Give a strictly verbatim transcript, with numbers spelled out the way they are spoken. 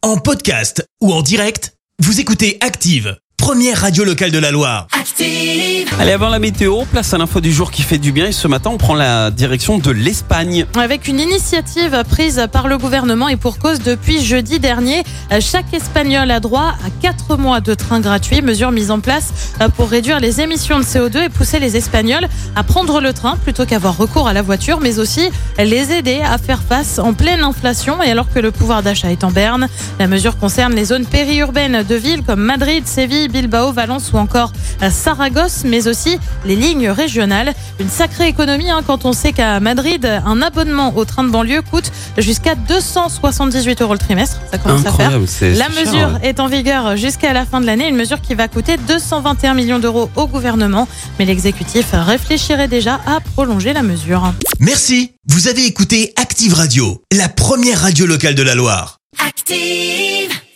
En podcast ou en direct, vous écoutez Active, première radio locale de la Loire. Active. Allez, avant la météo, place à l'info du jour qui fait du bien. Et ce matin, on prend la direction de l'Espagne. Avec une initiative prise par le gouvernement et pour cause depuis jeudi dernier, chaque Espagnol a droit à quatre mois de train gratuit. Mesure mise en place pour réduire les émissions de C O deux et pousser les Espagnols à prendre le train plutôt qu'avoir recours à la voiture, mais aussi les aider à faire face en pleine inflation et alors que le pouvoir d'achat est en berne. La mesure concerne les zones périurbaines de villes comme Madrid, Séville, Bilbao, Valence ou encore Saragosse, mais aussi les lignes régionales. Une sacrée économie hein, quand on sait qu'à Madrid, un abonnement au train de banlieue coûte jusqu'à deux cent soixante-dix-huit euros le trimestre. Ça commence Incroyable, à faire. c'est, La c'est mesure cher, ouais. est en vigueur jusqu'à la fin de l'année, une mesure qui va coûter deux cent vingt et un millions d'euros au gouvernement. Mais l'exécutif réfléchirait déjà à prolonger la mesure. Merci. Vous avez écouté Active Radio, la première radio locale de la Loire. Active.